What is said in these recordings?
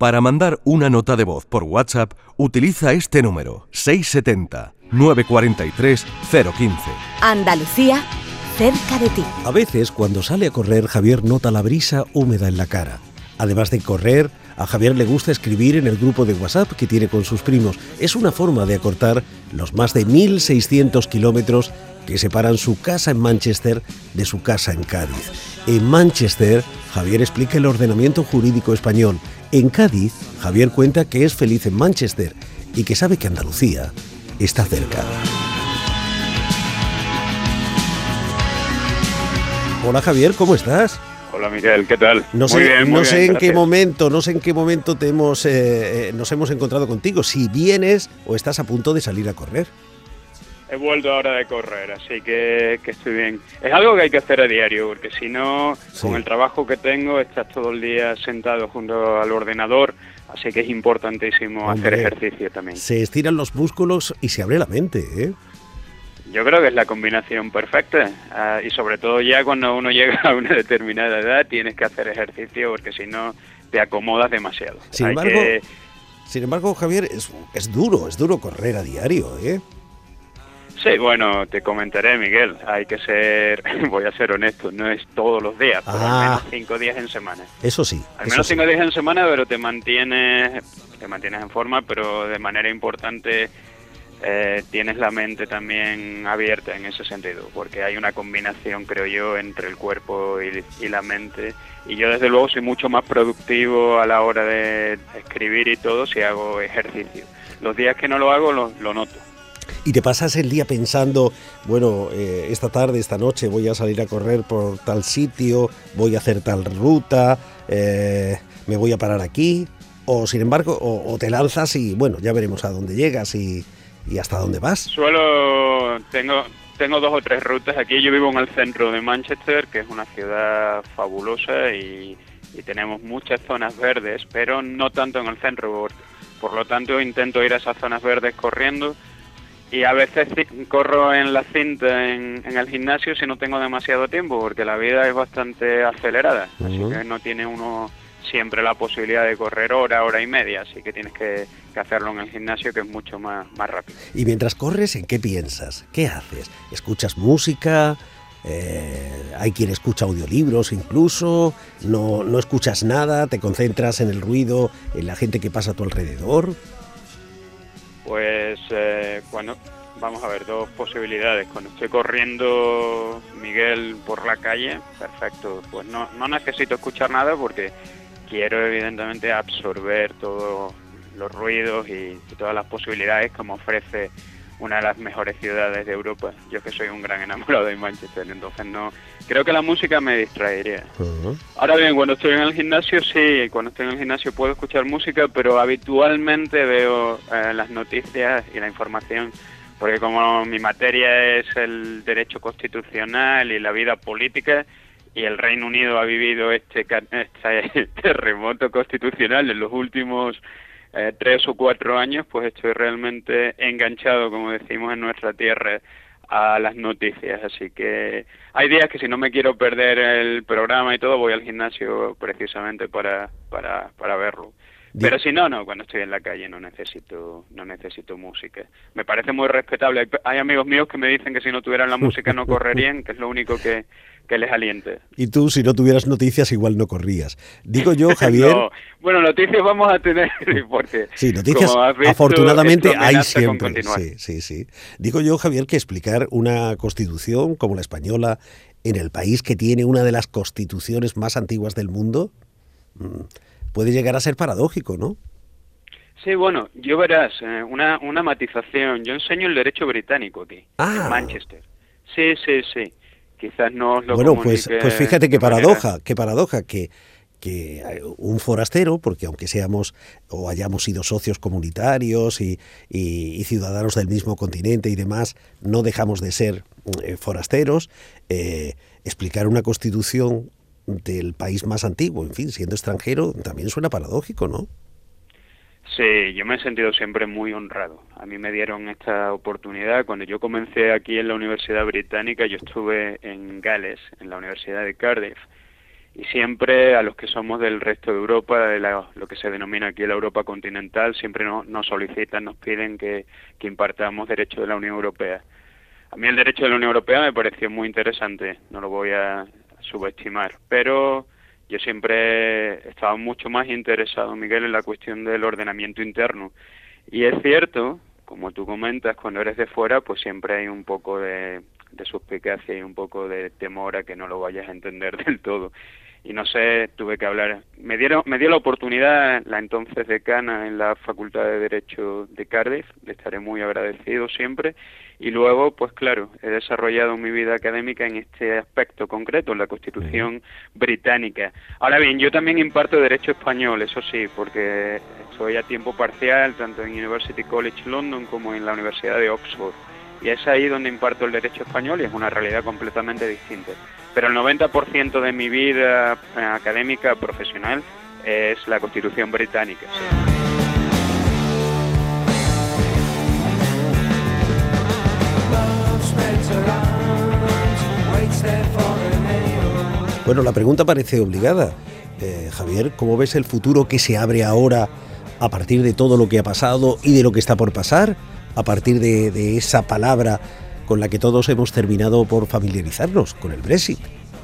Para mandar una nota de voz por WhatsApp, utiliza este número: 670 943 015. Andalucía, cerca de ti. A veces, cuando sale a correr, Javier nota la brisa húmeda en la cara. Además de correr, a Javier le gusta escribir en el grupo de WhatsApp que tiene con sus primos. Es una forma de acortar los más de 1.600 kilómetros que separan su casa en Manchester de su casa en Cádiz. En Manchester, Javier explica el ordenamiento jurídico español. En Cádiz, Javier cuenta que es feliz en Manchester y que sabe que Andalucía está cerca. Hola Javier, ¿cómo estás? Hola Miguel, ¿qué tal? No sé en qué momento nos hemos encontrado contigo, si vienes o estás a punto de salir a correr. He vuelto ahora de correr, así que estoy bien. Es algo que hay que hacer a diario, porque si no, con el trabajo que tengo, estás todo el día sentado junto al ordenador, así que es importantísimo hacer ejercicio también. Se estiran los músculos y se abre la mente, ¿eh? Yo creo que es la combinación perfecta, y sobre todo ya cuando uno llega a una determinada edad tienes que hacer ejercicio, porque si no te acomodas demasiado. Sin embargo, Javier, es duro correr a diario, ¿eh? Sí, bueno, te comentaré, Miguel, voy a ser honesto, no es todos los días, por al menos 5 días en semana. Eso sí. Al menos 5 días en semana, pero te mantienes en forma, pero de manera importante tienes la mente también abierta en ese sentido, porque hay una combinación, creo yo, entre el cuerpo y la mente, y yo desde luego soy mucho más productivo a la hora de escribir y todo si hago ejercicio. Los días que no lo hago lo noto. Y te pasas el día pensando, bueno, esta tarde, esta noche voy a salir a correr por tal sitio, voy a hacer tal ruta, me voy a parar aquí, o sin embargo, o te lanzas y bueno, ya veremos a dónde llegas y hasta dónde vas. Tengo 2 o 3 rutas aquí. Yo vivo en el centro de Manchester, que es una ciudad fabulosa y tenemos muchas zonas verdes, pero no tanto en el centro. Por lo tanto, intento ir a esas zonas verdes corriendo. Y a veces corro en la cinta en el gimnasio si no tengo demasiado tiempo, porque la vida es bastante acelerada. Así que no tiene uno siempre la posibilidad de correr hora y media, así que tienes que hacerlo en el gimnasio, que es mucho más rápido. Y mientras corres, ¿en qué piensas? ¿Qué haces? ¿Escuchas música? Hay quien escucha audiolibros incluso, no escuchas nada, te concentras en el ruido, en la gente que pasa a tu alrededor. Pues vamos a ver, 2 posibilidades. Cuando estoy corriendo, Miguel, por la calle, perfecto, pues no necesito escuchar nada porque quiero evidentemente absorber todos los ruidos y todas las posibilidades que me ofrece una de las mejores ciudades de Europa. Yo que soy un gran enamorado de Manchester, entonces creo que la música me distraería. Ahora bien, cuando estoy en el gimnasio puedo escuchar música, pero habitualmente veo las noticias y la información, porque como mi materia es el derecho constitucional y la vida política, y el Reino Unido ha vivido este terremoto constitucional en los últimos 3 o 4 años, pues estoy realmente enganchado, como decimos en nuestra tierra, a las noticias. Así que hay días que si no me quiero perder el programa y todo, voy al gimnasio precisamente para verlo. Pero si no, cuando estoy en la calle no necesito música. Me parece muy respetable. Hay amigos míos que me dicen que si no tuvieran la música no correrían, que es lo único que les aliente. Y tú, si no tuvieras noticias, igual no corrías. Digo yo, Javier... No. Bueno, noticias vamos a tener, porque... Sí, noticias visto, afortunadamente hay siempre. Sí. Digo yo, Javier, que explicar una constitución como la española en el país que tiene una de las constituciones más antiguas del mundo puede llegar a ser paradójico, ¿no? Sí, bueno, yo verás, una matización. Yo enseño el derecho británico aquí, en Manchester. Sí. Quizás no os lo comunique. Bueno, pues fíjate qué paradoja, que un forastero, porque aunque seamos o hayamos sido socios comunitarios y ciudadanos del mismo continente y demás, no dejamos de ser forasteros, explicar una constitución del país más antiguo, en fin, siendo extranjero, también suena paradójico, ¿no? Sí, yo me he sentido siempre muy honrado. A mí me dieron esta oportunidad. Cuando yo comencé aquí en la Universidad Británica, yo estuve en Gales, en la Universidad de Cardiff, y siempre a los que somos del resto de Europa, de lo que se denomina aquí la Europa continental, siempre nos solicitan, nos piden que impartamos derecho de la Unión Europea. A mí el derecho de la Unión Europea me pareció muy interesante, no lo voy a subestimar, pero yo siempre he estado mucho más interesado, Miguel, en la cuestión del ordenamiento interno. Y es cierto, como tú comentas, cuando eres de fuera, pues siempre hay un poco de suspicacia y un poco de temor a que no lo vayas a entender del todo. Y no sé, tuve que hablar. Me dio la oportunidad la entonces decana en la Facultad de Derecho de Cardiff, le estaré muy agradecido siempre. Y luego, pues claro, he desarrollado mi vida académica en este aspecto concreto, en la Constitución británica. Ahora bien, yo también imparto Derecho español, eso sí, porque estoy a tiempo parcial, tanto en University College London como en la Universidad de Oxford. Y es ahí donde imparto el derecho español y es una realidad completamente distinta. Pero el 90% de mi vida académica, profesional, es la Constitución británica. Sí. Bueno, la pregunta parece obligada. Javier, ¿cómo ves el futuro que se abre ahora a partir de todo lo que ha pasado y de lo que está por pasar? A partir de esa palabra con la que todos hemos terminado por familiarizarnos, con el Brexit.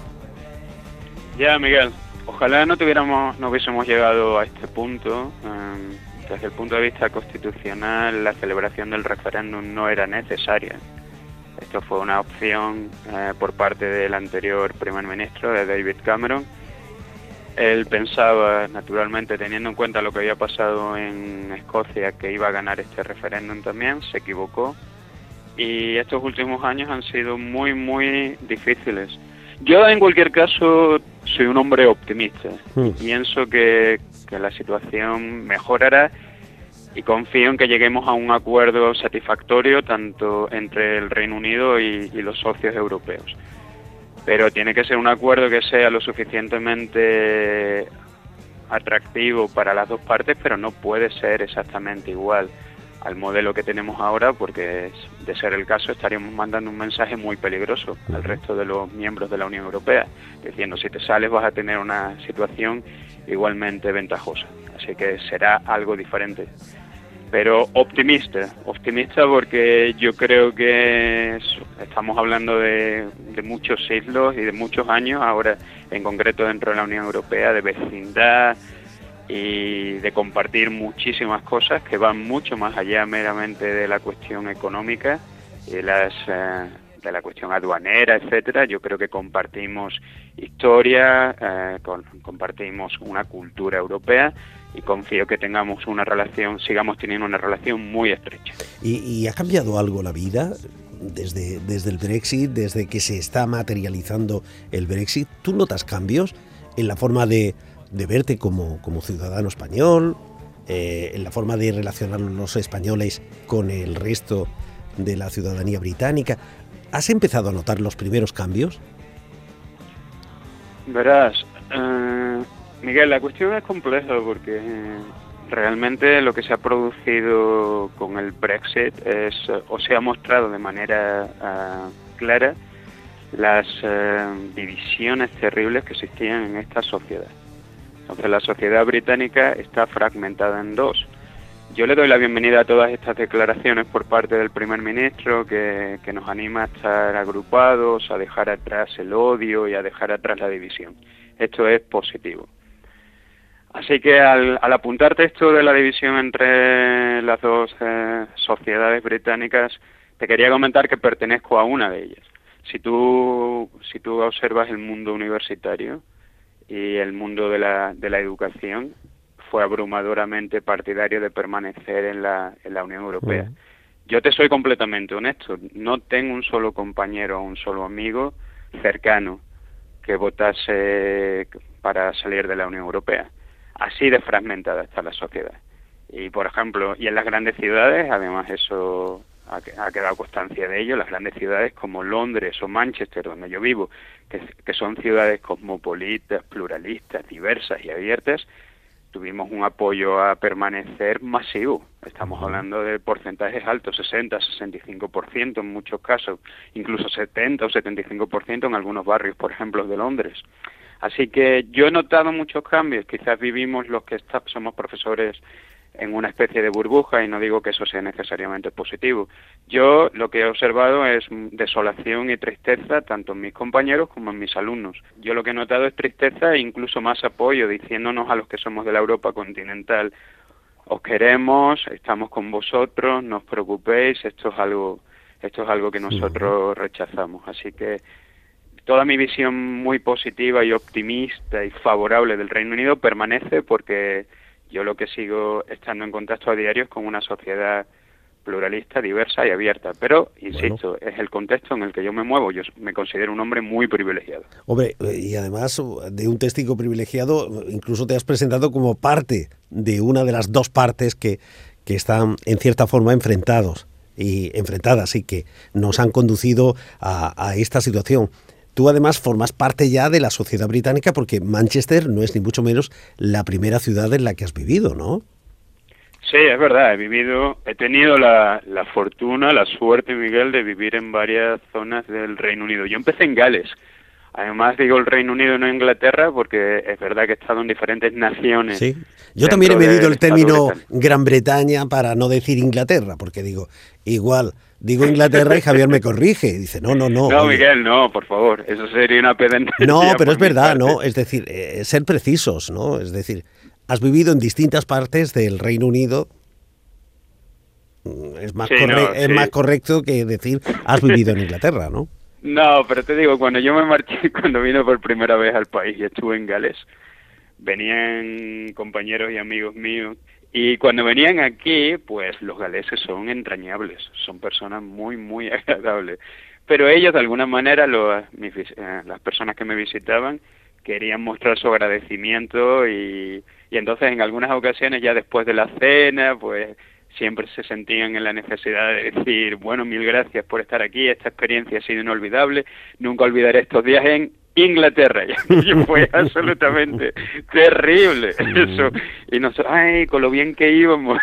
Ya, Miguel, ojalá no hubiésemos llegado a este punto. Desde el punto de vista constitucional, la celebración del referéndum no era necesaria. Esto fue una opción por parte del anterior primer ministro, de David Cameron. Él pensaba, naturalmente, teniendo en cuenta lo que había pasado en Escocia, que iba a ganar este referéndum también, se equivocó. Y estos últimos años han sido muy, muy difíciles. Yo, en cualquier caso, soy un hombre optimista. Pienso que la situación mejorará y confío en que lleguemos a un acuerdo satisfactorio tanto entre el Reino Unido y los socios europeos. Pero tiene que ser un acuerdo que sea lo suficientemente atractivo para las dos partes, pero no puede ser exactamente igual al modelo que tenemos ahora, porque de ser el caso estaríamos mandando un mensaje muy peligroso al resto de los miembros de la Unión Europea, diciendo si te sales vas a tener una situación igualmente ventajosa. Así que será algo diferente. Pero optimista porque yo creo que estamos hablando de muchos siglos y de muchos años, ahora en concreto dentro de la Unión Europea, de vecindad y de compartir muchísimas cosas que van mucho más allá meramente de la cuestión económica y de la cuestión aduanera, etcétera. Yo creo que compartimos historia, compartimos una cultura europea y confío que sigamos teniendo una relación muy estrecha. ¿Y ha cambiado algo la vida desde el Brexit, desde que se está materializando el Brexit? ¿Tú notas cambios en la forma de verte como ciudadano español, en la forma de relacionar los españoles con el resto de la ciudadanía británica? ¿Has empezado a notar los primeros cambios? Verás, Miguel, la cuestión es compleja porque realmente lo que se ha producido con el Brexit o se ha mostrado de manera clara las divisiones terribles que existían en esta sociedad. Entonces la sociedad británica está fragmentada en dos. Yo le doy la bienvenida a todas estas declaraciones por parte del primer ministro que nos anima a estar agrupados, a dejar atrás el odio y a dejar atrás la división. Esto es positivo. Así que al apuntarte esto de la división entre las dos sociedades británicas, te quería comentar que pertenezco a una de ellas. Si tú observas el mundo universitario y el mundo de la educación, fue abrumadoramente partidario de permanecer en la Unión Europea. Yo te soy completamente honesto, no tengo un solo compañero o un solo amigo cercano que votase para salir de la Unión Europea. Así de fragmentada está la sociedad. Y, por ejemplo, y en las grandes ciudades, además eso ha quedado constancia de ello, las grandes ciudades como Londres o Manchester, donde yo vivo, que son ciudades cosmopolitas, pluralistas, diversas y abiertas, tuvimos un apoyo a permanecer masivo. Estamos hablando de porcentajes altos, 60, 65% en muchos casos, incluso 70 o 75% en algunos barrios, por ejemplo, de Londres. Así que yo he notado muchos cambios. Quizás vivimos los que somos profesores en una especie de burbuja, y no digo que eso sea necesariamente positivo. Yo lo que he observado es desolación y tristeza tanto en mis compañeros como en mis alumnos. Yo lo que he notado es tristeza e incluso más apoyo, diciéndonos a los que somos de la Europa continental: os queremos, estamos con vosotros, no os preocupéis, esto es algo que nosotros rechazamos. Así que toda mi visión muy positiva y optimista y favorable del Reino Unido permanece, porque yo lo que sigo estando en contacto a diario es con una sociedad pluralista, diversa y abierta. Pero, insisto, es el contexto en el que yo me muevo. Yo me considero un hombre muy privilegiado. Hombre, y además de un testigo privilegiado, incluso te has presentado como parte de una de las dos partes que están en cierta forma enfrentadas y que nos han conducido a esta situación. Tú además formas parte ya de la sociedad británica, porque Manchester no es ni mucho menos la primera ciudad en la que has vivido, ¿no? Sí, es verdad, he tenido la fortuna, la suerte, Miguel, de vivir en varias zonas del Reino Unido. Yo empecé en Gales. Además digo el Reino Unido, no Inglaterra, porque es verdad que he estado en diferentes naciones. Sí, yo también he medido el término Gran Bretaña para no decir Inglaterra, porque digo Inglaterra y Javier me corrige, y dice no. No, oye, Miguel, no, por favor, eso sería una pedantería. No, pero es verdad, ¿no? Es decir, ser precisos, ¿no? Es decir, has vivido en distintas partes del Reino Unido. Es más correcto que decir has vivido en Inglaterra, ¿no? No, pero te digo, cuando yo me marché, cuando vine por primera vez al país y estuve en Gales, venían compañeros y amigos míos, y cuando venían aquí, pues los galeses son entrañables, son personas muy, muy agradables. Pero ellos, de alguna manera, las personas que me visitaban, querían mostrar su agradecimiento, y entonces en algunas ocasiones, ya después de la cena, pues siempre se sentían en la necesidad de decir: bueno, mil gracias por estar aquí, esta experiencia ha sido inolvidable, nunca olvidaré estos días en Inglaterra. Y fue absolutamente terrible eso. Y nosotros, con lo bien que íbamos,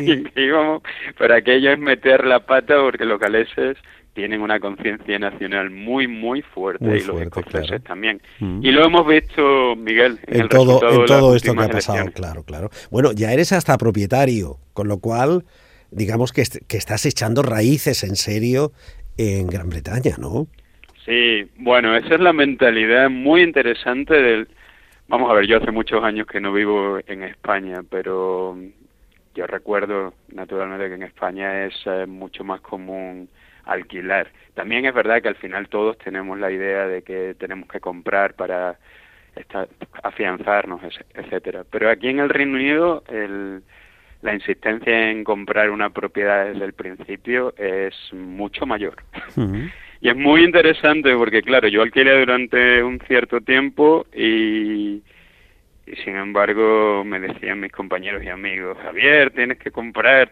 pero aquello es meter la pata, porque los galeses tienen una conciencia nacional muy, muy fuerte, y los escoceses, claro, también. Y lo hemos visto, Miguel, en todo esto que ha pasado, claro. Bueno, ya eres hasta propietario, con lo cual, digamos que estás echando raíces en serio en Gran Bretaña, ¿no? Sí, bueno, esa es la mentalidad muy interesante Vamos a ver, yo hace muchos años que no vivo en España, pero yo recuerdo, naturalmente, que en España es mucho más común alquilar. También es verdad que al final todos tenemos la idea de que tenemos que comprar para afianzarnos, etcétera. Pero aquí en el Reino Unido la insistencia en comprar una propiedad desde el principio es mucho mayor. Uh-huh. Y es muy interesante porque, claro, yo alquilé durante un cierto tiempo y sin embargo me decían mis compañeros y amigos: Javier, tienes que comprar.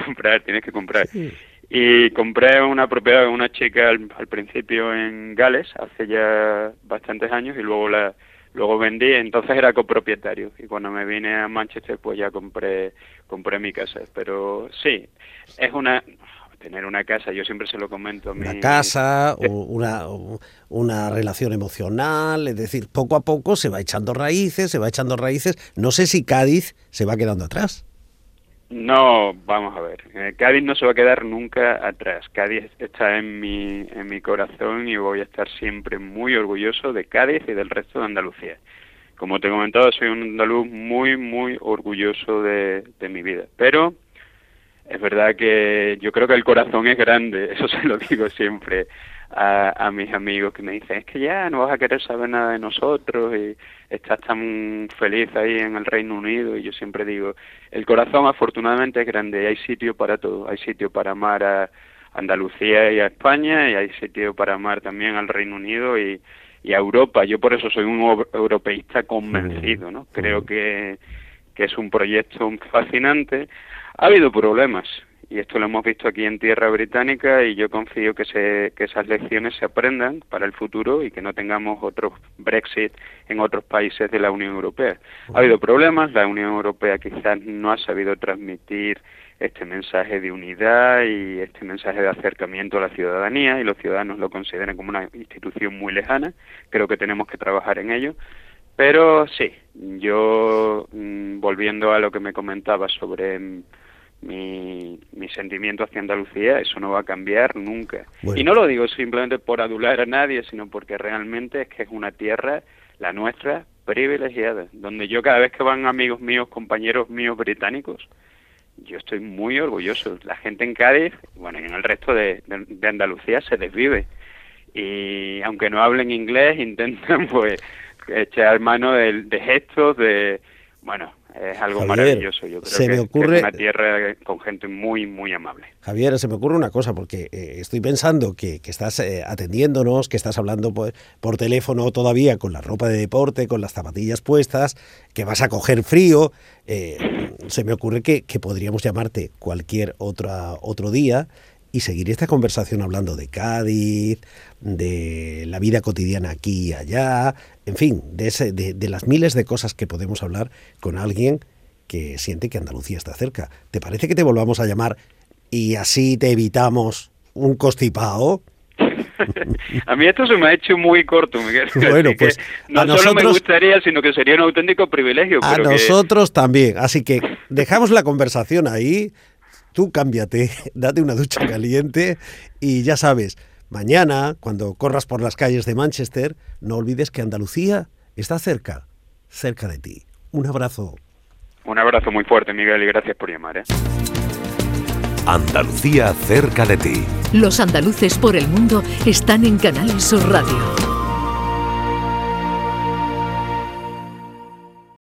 Sí. Y compré una propiedad de una chica al principio en Gales, hace ya bastantes años, y luego vendí, entonces era copropietario, y cuando me vine a Manchester pues ya compré mi casa. Pero sí, tener una casa, yo siempre se lo comento a una casa, una relación emocional, es decir, poco a poco se va echando raíces. No sé si Cádiz se va quedando atrás. No, vamos a ver, Cádiz no se va a quedar nunca atrás. Cádiz está en mi corazón, y voy a estar siempre muy orgulloso de Cádiz y del resto de Andalucía. Como te he comentado, soy un andaluz muy, muy orgulloso de mi vida. Pero es verdad que yo creo que el corazón es grande, eso se lo digo siempre a mis amigos, que me dicen: es que ya no vas a querer saber nada de nosotros y estás tan feliz ahí en el Reino Unido. Y yo siempre digo, el corazón afortunadamente es grande, y hay sitio para todo. Hay sitio para amar a Andalucía y a España, y hay sitio para amar también al Reino Unido y a Europa. Yo por eso soy un europeísta convencido, ¿no? Creo que es un proyecto fascinante. Ha habido problemas, y esto lo hemos visto aquí en tierra británica, y yo confío que esas lecciones se aprendan para el futuro y que no tengamos otro Brexit en otros países de la Unión Europea. Ha habido problemas, la Unión Europea quizás no ha sabido transmitir este mensaje de unidad y este mensaje de acercamiento a la ciudadanía, y los ciudadanos lo consideran como una institución muy lejana. Creo que tenemos que trabajar en ello. Pero sí, yo, volviendo a lo que me comentaba sobre mi sentimiento hacia Andalucía, eso no va a cambiar nunca. Bueno. Y no lo digo simplemente por adular a nadie, sino porque realmente es que es una tierra, la nuestra, privilegiada, donde yo cada vez que van amigos míos, compañeros míos británicos, yo estoy muy orgulloso. La gente en Cádiz, bueno, y en el resto de Andalucía se desvive. Y aunque no hablen inglés, intentan pues echar mano de gestos, bueno, es algo Javier, maravilloso. Yo creo que es una tierra con gente muy, muy amable. Javier, se me ocurre una cosa, porque estoy pensando que estás atendiéndonos, que estás hablando por teléfono todavía con la ropa de deporte, con las zapatillas puestas, que vas a coger frío. Se me ocurre que podríamos llamarte cualquier otro día y seguir esta conversación hablando de Cádiz, de la vida cotidiana aquí y allá, en fin, de las miles de cosas que podemos hablar con alguien que siente que Andalucía está cerca. ¿Te parece que te volvamos a llamar y así te evitamos un constipado? A mí esto se me ha hecho muy corto, Miguel. Bueno, pues no solo me gustaría, sino que sería un auténtico privilegio. A nosotros también, así que dejamos la conversación ahí. Tú cámbiate, date una ducha caliente y ya sabes, mañana, cuando corras por las calles de Manchester, no olvides que Andalucía está cerca de ti. Un abrazo. Un abrazo muy fuerte, Miguel, y gracias por llamar. Andalucía cerca de ti. Los andaluces por el mundo están en Canal Sur Radio.